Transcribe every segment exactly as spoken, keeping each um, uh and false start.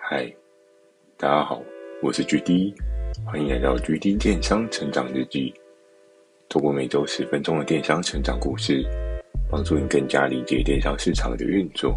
嗨，大家好，我是 G D， 欢迎来到 G D 电商成长日记。透过每周十分钟的电商成长故事，帮助你更加理解电商市场的运作。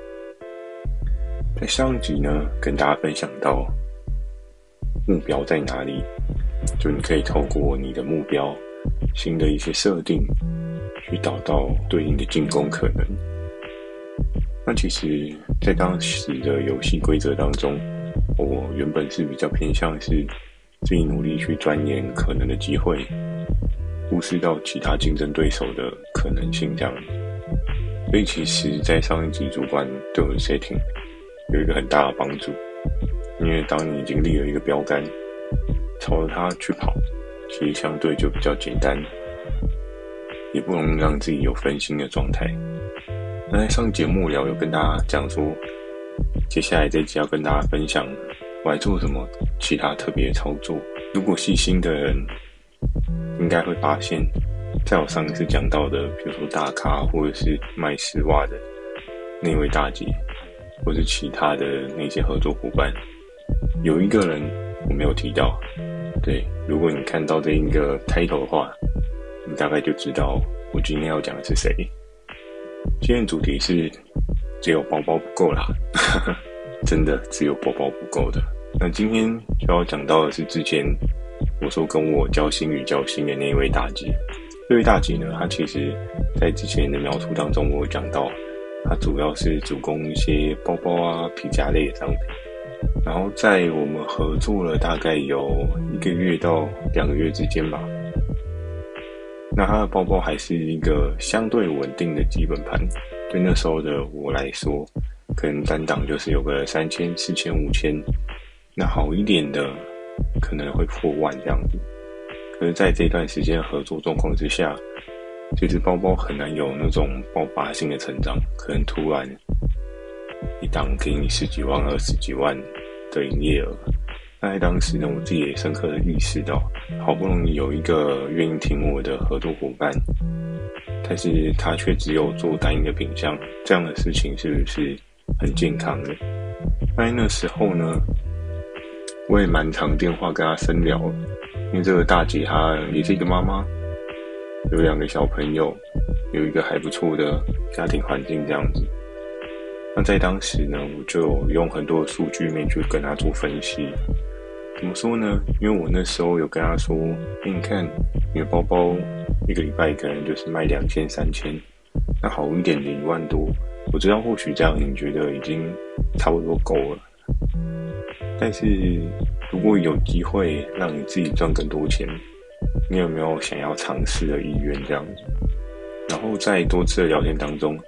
在上一集呢，跟大家分享到目标在哪里，就你可以透过你的目标新的一些设定，去导到对应的进攻可能。那其实在当时的游戏规则当中，我原本是比较偏向是自己努力去钻研可能的机会，忽视到其他竞争对手的可能性这样。所以其实在上一集主管对我的 setting 有一个很大的帮助，因为当你已经立了一个标杆，朝着它去跑，其实相对就比较简单，也不容易让自己有分心的状态。那在上节目聊有跟大家讲说，接下来这集要跟大家分享我还做什么其他特别的操作。如果细心的人应该会发现，在我上一次讲到的，比如说大咖或者是卖丝袜的那位大姐，或是其他的那些合作伙伴，有一个人我没有提到。对，如果你看到这一个 title 的话，你大概就知道我今天要讲的是谁。今天主题是只有包包不够啦真的只有包包不够的。那今天就要讲到的是之前我说跟我交心与交心的那一位大姐。这位大姐呢，她其实在之前的描述当中我有讲到，她主要是主攻一些包包啊皮夹类的商品，然后在我们合作了大概有一个月到两个月之间吧，那他的包包还是一个相对稳定的基本盘，对那时候的我来说，可能单档就是有个三千、四千、五千，那好一点的可能会破万这样子。可是在这段时间的合作状况之下，其实包包很难有那种爆发性的成长，可能突然一档给你十几万、二十几万的营业额。那在当时呢，我自己也深刻的意识到，好不容易有一个愿意听我的合作伙伴，但是他却只有做单一的品项，这样的事情是不是很健康的？那在那时候呢，我也蛮常电话跟他深聊，因为这个大姐她也是一个妈妈，有两个小朋友，有一个还不错的家庭环境这样子。那在当时呢，我就用很多数据面去跟他做分析。怎么说呢？因为我那时候有跟他说，欸，你看你的包包一个礼拜可能就是卖两千、三千，那好一点的一万多，我知道或许这样你觉得已经差不多够了。但是如果有机会让你自己赚更多钱，你有没有想要尝试的意愿这样子？然后在多次的聊天当中，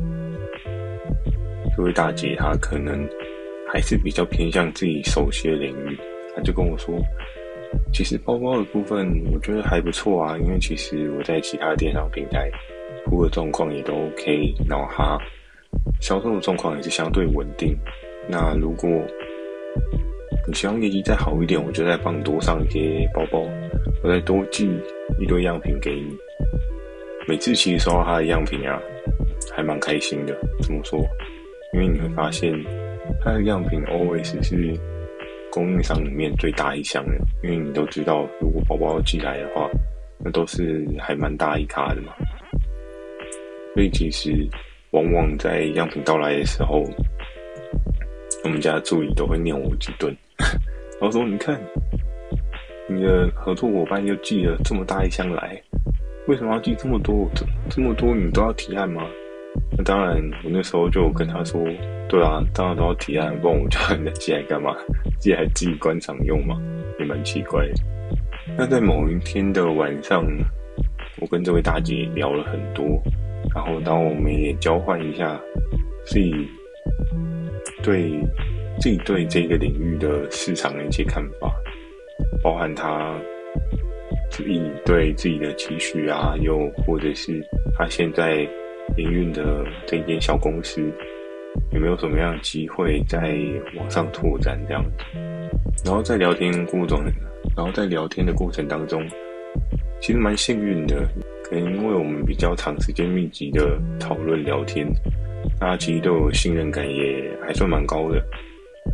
这位大姐她可能还是比较偏向自己熟悉的领域，她就跟我说，其实包包的部分我觉得还不错啊，因为其实我在其他的电商平台铺的状况也都 OK， 然后它销售的状况也是相对稳定。那如果你希望业绩再好一点，我就再帮你多上一些包包，我再多寄一堆样品给你。每次其实收到他的样品啊，还蛮开心的。怎么说？因为你会发现他的样品 always 是供应商里面最大一箱的，因为你都知道，如果包包要寄来的话，那都是还蛮大一卡的嘛。所以其实往往在样品到来的时候，我们家的助理都会念我几顿，然后说：“你看，你的合作伙伴又寄了这么大一箱来，为什么要寄这么多？这这么多你都要提案吗？”那当然，我那时候就跟他说：“对啊，当然都要提案，不然我叫人家寄来干嘛？寄来自己观赏用嘛，也蛮奇怪的。”那在某一天的晚上，我跟这位大姐聊了很多，然后当我们也交换一下自己对自己对这个领域的市场的一些看法，包含他自己对自己的期许啊，又或者是他现在营运的这一间小公司有没有什么样的机会在往上拓展这样子。然后在聊天过程，然后在聊天的过程当中，其实蛮幸运的，可能因为我们比较长时间密集的讨论聊天，大家其实对我信任感也还算蛮高的。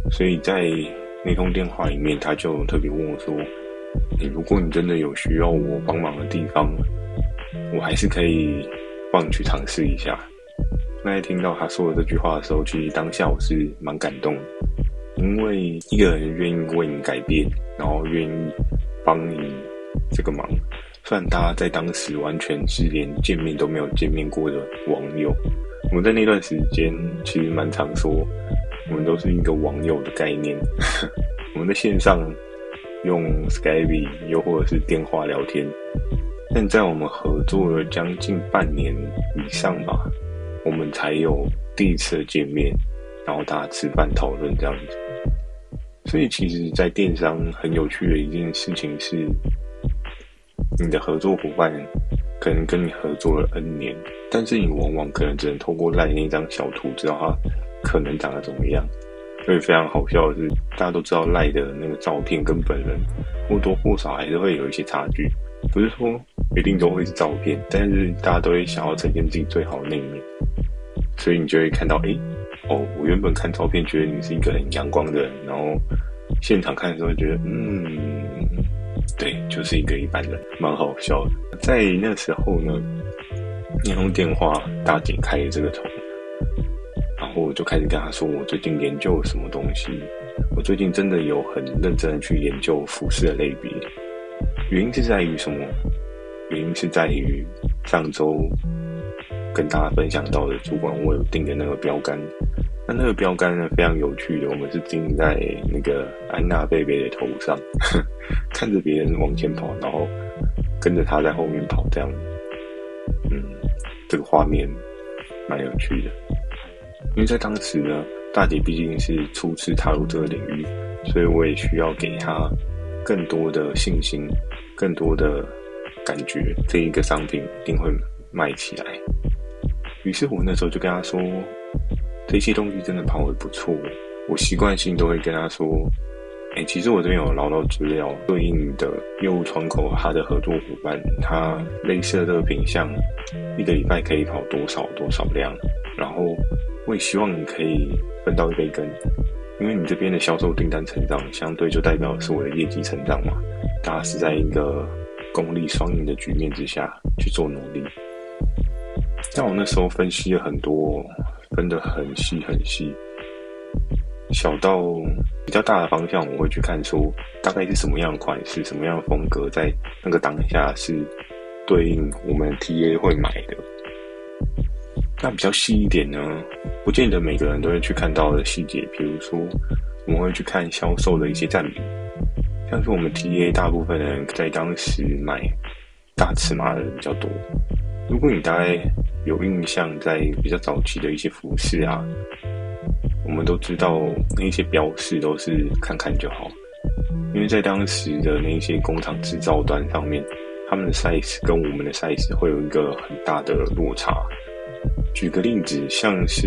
所以在那通电话里面，他就特别问我说：“欸，如果你真的有需要我帮忙的地方，我还是可以帮你去尝试一下。”那在听到他说的这句话的时候，其实当下我是蛮感动的，因为一个人愿意为你改变，然后愿意帮你这个忙，虽然大家在当时完全是连见面都没有见面过的网友，我们在那段时间其实蛮常说，我们都是一个网友的概念，我们在线上用 Skype 又或者是电话聊天，但在我们合作了将近半年以上吧，我们才有第一次的见面，然后大家吃饭讨论这样子。所以其实在电商很有趣的一件事情是，你的合作伙伴可能跟你合作了 N 年，但是你往往可能只能透过赖那张小图知道他可能长得怎么样。所以非常好笑的是，大家都知道赖的那个照片跟本人或多或少还是会有一些差距，不是说一定都会是照片，但是大家都会想要呈现自己最好的那一面，所以你就会看到，诶，哦，我原本看照片觉得你是一个很阳光的人，然后现场看的时候会觉得，嗯，对，就是一个一般人，蛮好笑的。在那时候呢，那通电话大姐开了这个头，然后我就开始跟她说我最近研究什么东西，我最近真的有很认真的去研究服饰的类别。原因是在于什么？原因是在于上周跟大家分享到的主管我有定的那个标杆。那那个标杆呢，非常有趣的，我们是定在那个安娜贝贝的头上，看着别人往前跑，然后跟着他在后面跑，这样，嗯，这个画面蛮有趣的。因为在当时呢，大姐毕竟是初次踏入这个领域，所以我也需要给她更多的信心，更多的感觉，这一个商品一定会卖起来。于是我那时候就跟她说，这些东西真的跑得不错，我习惯性都会跟他说，欸，其实我这边有捞到资料，对应的业务窗口他的合作伙伴，他类似的这个品项，一个礼拜可以跑多少多少量，然后我也希望你可以分到一杯羹，因为你这边的销售订单成长，相对就代表是我的业绩成长嘛，大家是在一个功利双赢的局面之下去做努力。但我那时候分析了很多，分得很细很细，小到比较大的方向，我会去看说大概是什么样的款式、什么样的风格，在那个当下是对应我们 T A 会买的。那比较细一点呢，不见得每个人都会去看到的细节，比如说我们会去看销售的一些占比，像是我们 T A 大部分人在当时买大尺码的人比较多。如果你大概有印象，在比较早期的一些服饰啊，我们都知道那些标示都是看看就好，因为在当时的那些工厂制造端上面，他们的 size 跟我们的 size 会有一个很大的落差。举个例子，像是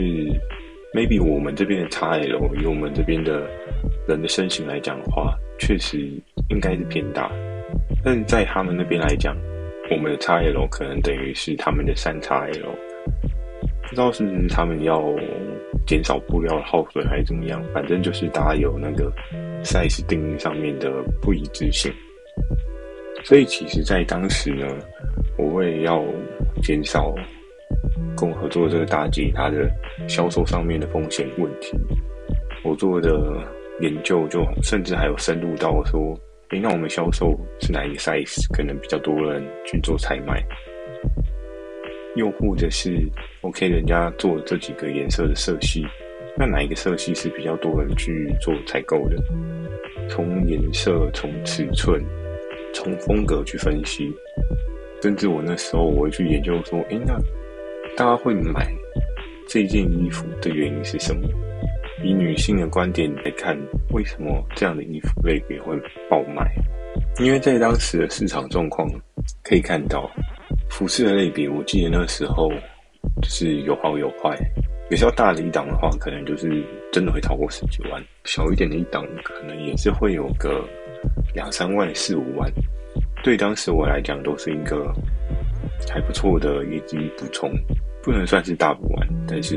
maybe 我们这边的 X L， 以我们这边的人的身形来讲的话，确实应该是偏大，但是在他们那边来讲，我们的 X L 可能等于是他们的 三 X L， 不知道是不是他们要减少布料的耗损还是怎么样，反正就是大家有那个 size 定义上面的不一致性。所以其实在当时呢，我为要减少跟我合作的这个大姐她的销售上面的风险问题，我做的研究就甚至还有深入到说，诶，那我们销售是哪一个 size 可能比较多人去做采买，又或者是 OK 人家做这几个颜色的色系，那哪一个色系是比较多人去做采购的，从颜色从尺寸从风格去分析。甚至我那时候我会去研究说，诶，那大家会买这件衣服的原因是什么？以女性的观点来看，为什么这样的衣服类别会爆卖？因为在当时的市场状况可以看到，服饰的类别，我记得那时候就是有好有坏。比较大的一档的话，可能就是真的会超过十几万；小一点的一档，可能也是会有个两三万、四五万。对当时我来讲，都是一个还不错的业绩补充，不能算是大补丸，但是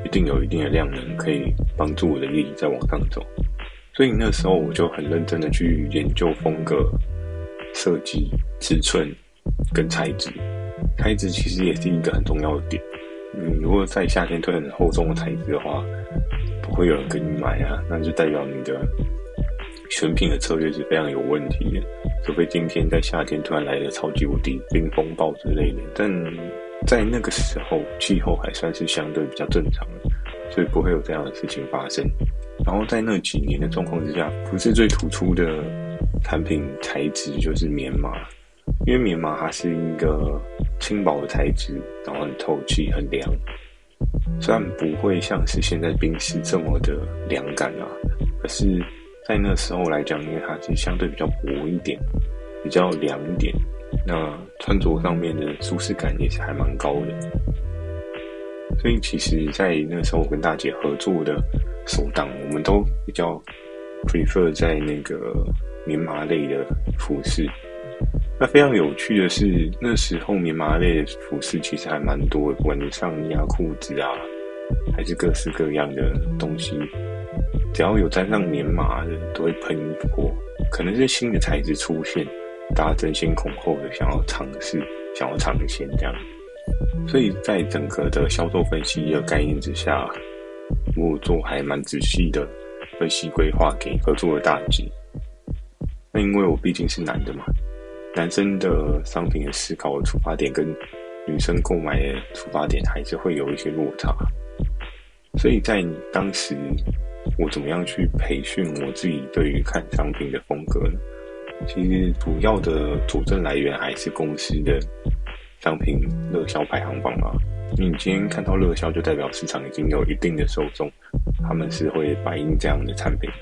一定有一定的量能可以帮助我的业绩再往上走。所以那时候我就很认真的去研究风格、设计、尺寸跟材质。材质其实也是一个很重要的点。你如果在夏天推很厚重的材质的话，不会有人跟你买啊，那就代表你的选品的策略是非常有问题的。除非今天在夏天突然来了超级无敌冰风暴之类的，但在那个时候气候还算是相对比较正常的，所以不会有这样的事情发生。然后在那几年的状况之下，不是最突出的产品材质就是棉麻，因为棉麻它是一个轻薄的材质，然后很透气很凉，虽然不会像是现在冰室这么的凉感啊，可是在那时候来讲，因为它是相对比较薄一点，比较凉一点，那穿着上面的舒适感也是还蛮高的。所以其实在那时候我跟大姐合作的首档，我们都比较 prefer 在那个棉麻类的服饰。那非常有趣的是，那时候棉麻类的服饰其实还蛮多的，不管是上衣啊、裤子啊，还是各式各样的东西，只要有沾上棉麻的都会喷一波。可能是新的材质出现，大家争先恐后的想要尝试，想要尝鲜这样。所以在整个的销售分析的概念之下，我做还蛮仔细的分析规划给合作的大姐。那因为我毕竟是男的嘛，男生的商品的思考的出发点跟女生购买的出发点还是会有一些落差，所以在当时我怎么样去培训我自己对于看商品的风格呢？其实主要的佐证来源还是公司的商品热销排行榜嘛。你今天看到热销，就代表市场已经有一定的受众，他们是会反映这样的产品。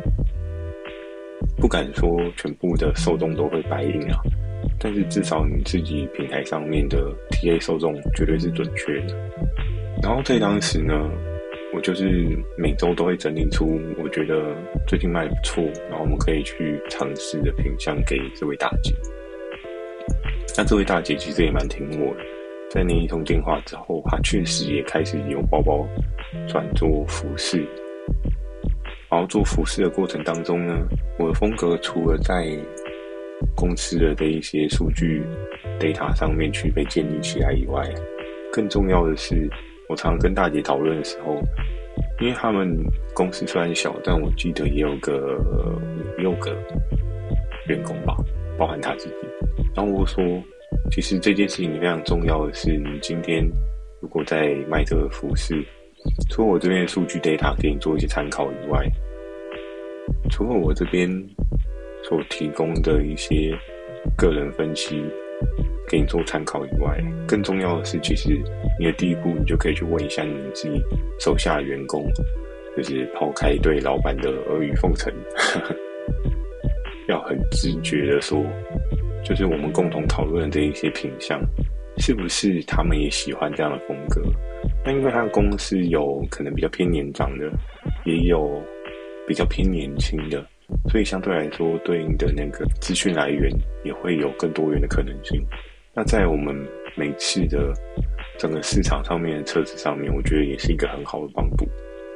不敢说全部的受众都会白印啊，但是至少你自己平台上面的 T A 受众绝对是准确的。然后在当时呢，我就是每周都会整理出我觉得最近卖得不错，然后我们可以去尝试的品项给这位大姐。那这位大姐其实也蛮听我的，在那一通电话之后，她确实也开始由包包转做服饰。然后做服饰的过程当中呢，我的风格除了在公司的这一些数据 data 上面去被建立起来以外，更重要的是，我常常跟大姐讨论的时候，因为他们公司虽然小，但我记得也有个五六个员工吧，包含他自己。然后我说，其实这件事情非常重要的是，你今天如果在卖这个服饰，除了我这边的数据 data 给你做一些参考以外，除了我这边所提供的一些个人分析给你做参考以外，更重要的是，其实你的第一步，你就可以去问一下你自己手下的员工，就是抛开对老板的阿谀奉承，要很直觉的说，就是我们共同讨论的这一些品项，是不是他们也喜欢这样的风格？那因为他的公司有可能比较偏年长的，也有比较偏年轻的，所以相对来说，对应的那个资讯来源也会有更多元的可能性。那在我们每次的整个市场上面的测试上面，我觉得也是一个很好的帮助。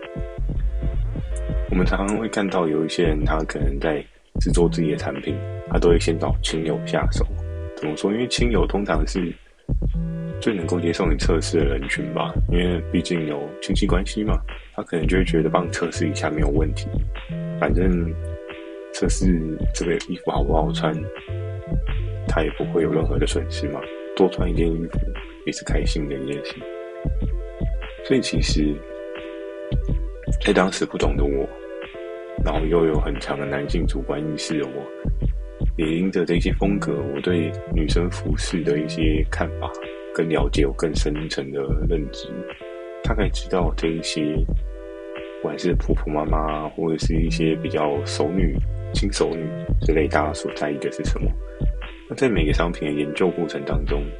我们常常会看到有一些人，他可能在制作自己的产品，他都会先找亲友下手。怎么说？因为亲友通常是最能够接受你测试的人群吧，因为毕竟有亲戚关系嘛，他可能就会觉得帮你测试一下没有问题，反正测试这个衣服好不好穿，他也不会有任何的损失嘛，多穿一件衣服也是开心的一件事。所以其实在当时不懂的我，然后又有很强的男性主观意识的我，也因着这些风格，我对女生服饰的一些看法跟了解有更深层的认知，大概知道这一些不管是婆婆妈妈或者是一些比较熟女、轻熟女之类，大家所在意的是什么。那在每个商品的研究过程当中，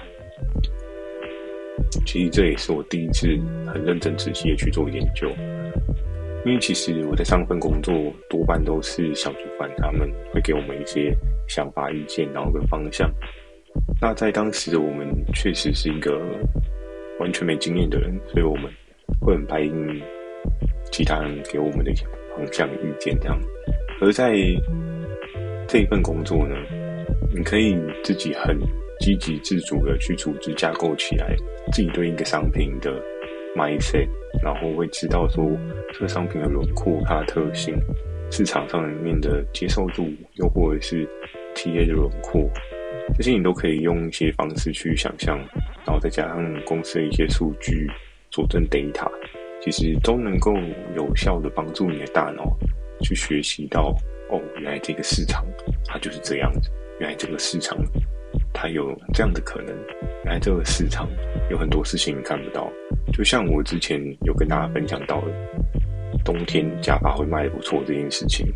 其实这也是我第一次很认真仔细的去做研究。因为其实我在上份工作多半都是小主管，他们会给我们一些想法、意见，然后跟方向。那在当时的我们确实是一个完全没经验的人，所以我们会很拍应其他人给我们的方向意见这样。而在这一份工作呢，你可以自己很积极自主的去组织架构起来自己对一个商品的 mindset， 然后会知道说这个商品的轮廓、它的特性、市场上面的接受度，又或者是 T A 的轮廓，这些你都可以用一些方式去想象，然后再加上公司的一些数据佐证 data， 其实都能够有效的帮助你的大脑去学习到，哦，原来这个市场它就是这样子，原来这个市场它有这样的可能，原来这个市场有很多事情你看不到。就像我之前有跟大家分享到的，冬天假发会卖得不错这件事情，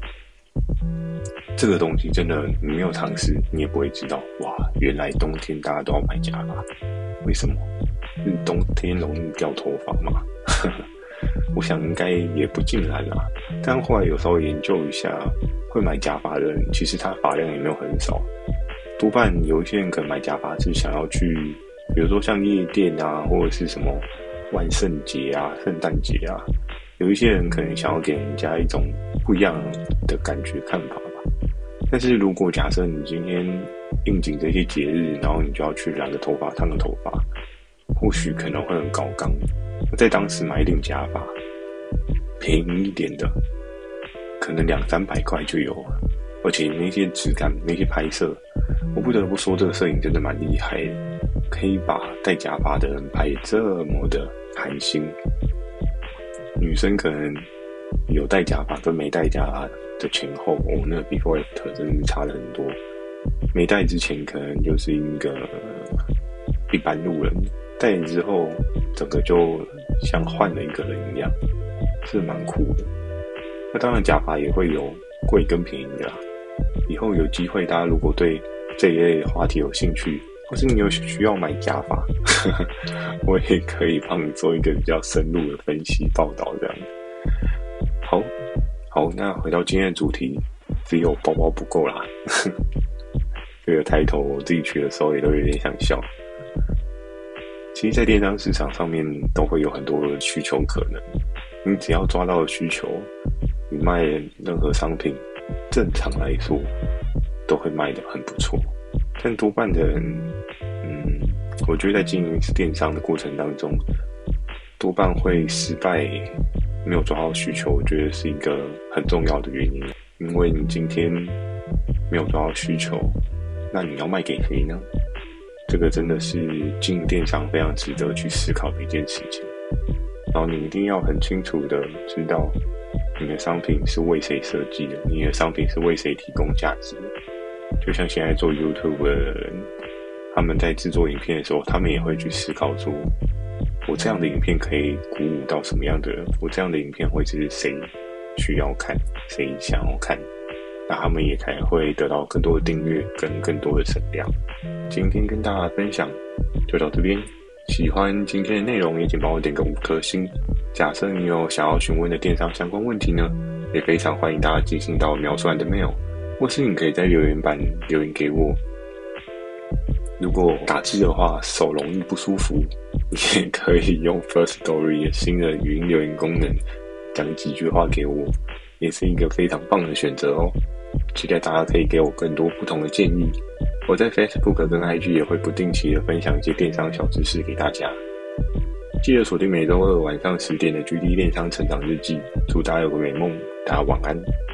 这个东西真的你没有尝试，你也不会知道，哇，原来冬天大家都要买假发，为什么？是冬天容易掉头发吗？我想应该也不尽然啦，但后来有稍微研究一下，会买假发的人，其实他发量也没有很少，多半有一些人可能买假发是想要去，比如说像夜店啊，或者是什么万圣节啊、圣诞节啊，有一些人可能想要给人家一种不一样的感觉看法吧。但是如果假设你今天应景这些节日，然后你就要去染个头发、烫个头发，或许可能会很高纲。在当时买一顶假发，便宜一点的，可能两三百块就有了，而且那些质感、那些拍摄，我不得不说，这个摄影真的蛮厉害的，可以把戴假发的人拍这么的寒心。女生可能有戴假发跟没戴假发的前后，哦，那个 before after 真的差了很多。没戴之前可能就是一个一般路人，戴了之后整个就像换了一个人一样，是蛮酷的。那当然假发也会有贵跟便宜的啦，以后有机会大家如果对这一类的话题有兴趣，或是你有需要买假发我也可以帮你做一个比较深入的分析报道这样。好好，那回到今天的主题，只有包包不够啦这个抬头我自己取的时候也都有点想笑。其实在电商市场上面都会有很多的需求可能，你只要抓到了需求，你卖任何商品正常来说都会卖得很不错。但多半的人嗯，我觉得在经营电商的过程当中多半会失败，没有抓到需求，我觉得是一个很重要的原因。因为你今天没有抓到需求，那你要卖给谁呢？这个真的是经营电商非常值得去思考的一件事情。然后你一定要很清楚的知道你的商品是为谁设计的，你的商品是为谁提供价值的。就像现在做 YouTube 的人，他们在制作影片的时候，他们也会去思考说，我这样的影片可以鼓舞到什么样的人，我这样的影片会是谁需要看，谁想要看，那他们也才会得到更多的订阅跟更多的声量。今天跟大家分享就到这边，喜欢今天的内容也请帮我点个五颗星。假设你有想要询问的电商相关问题呢，也非常欢迎大家寄信到描述栏的 mail， 或是你可以在留言板留言给我。如果打字的话手容易不舒服，你也可以用 Firstory 的新的语音留言功能讲几句话给我，也是一个非常棒的选择哦。期待大家可以给我更多不同的建议。我在 Facebook 跟 I G 也会不定期的分享一些电商小知识给大家。记得锁定每周二晚上十点的 G D 电商成长日记。祝大家有个美梦，大家晚安。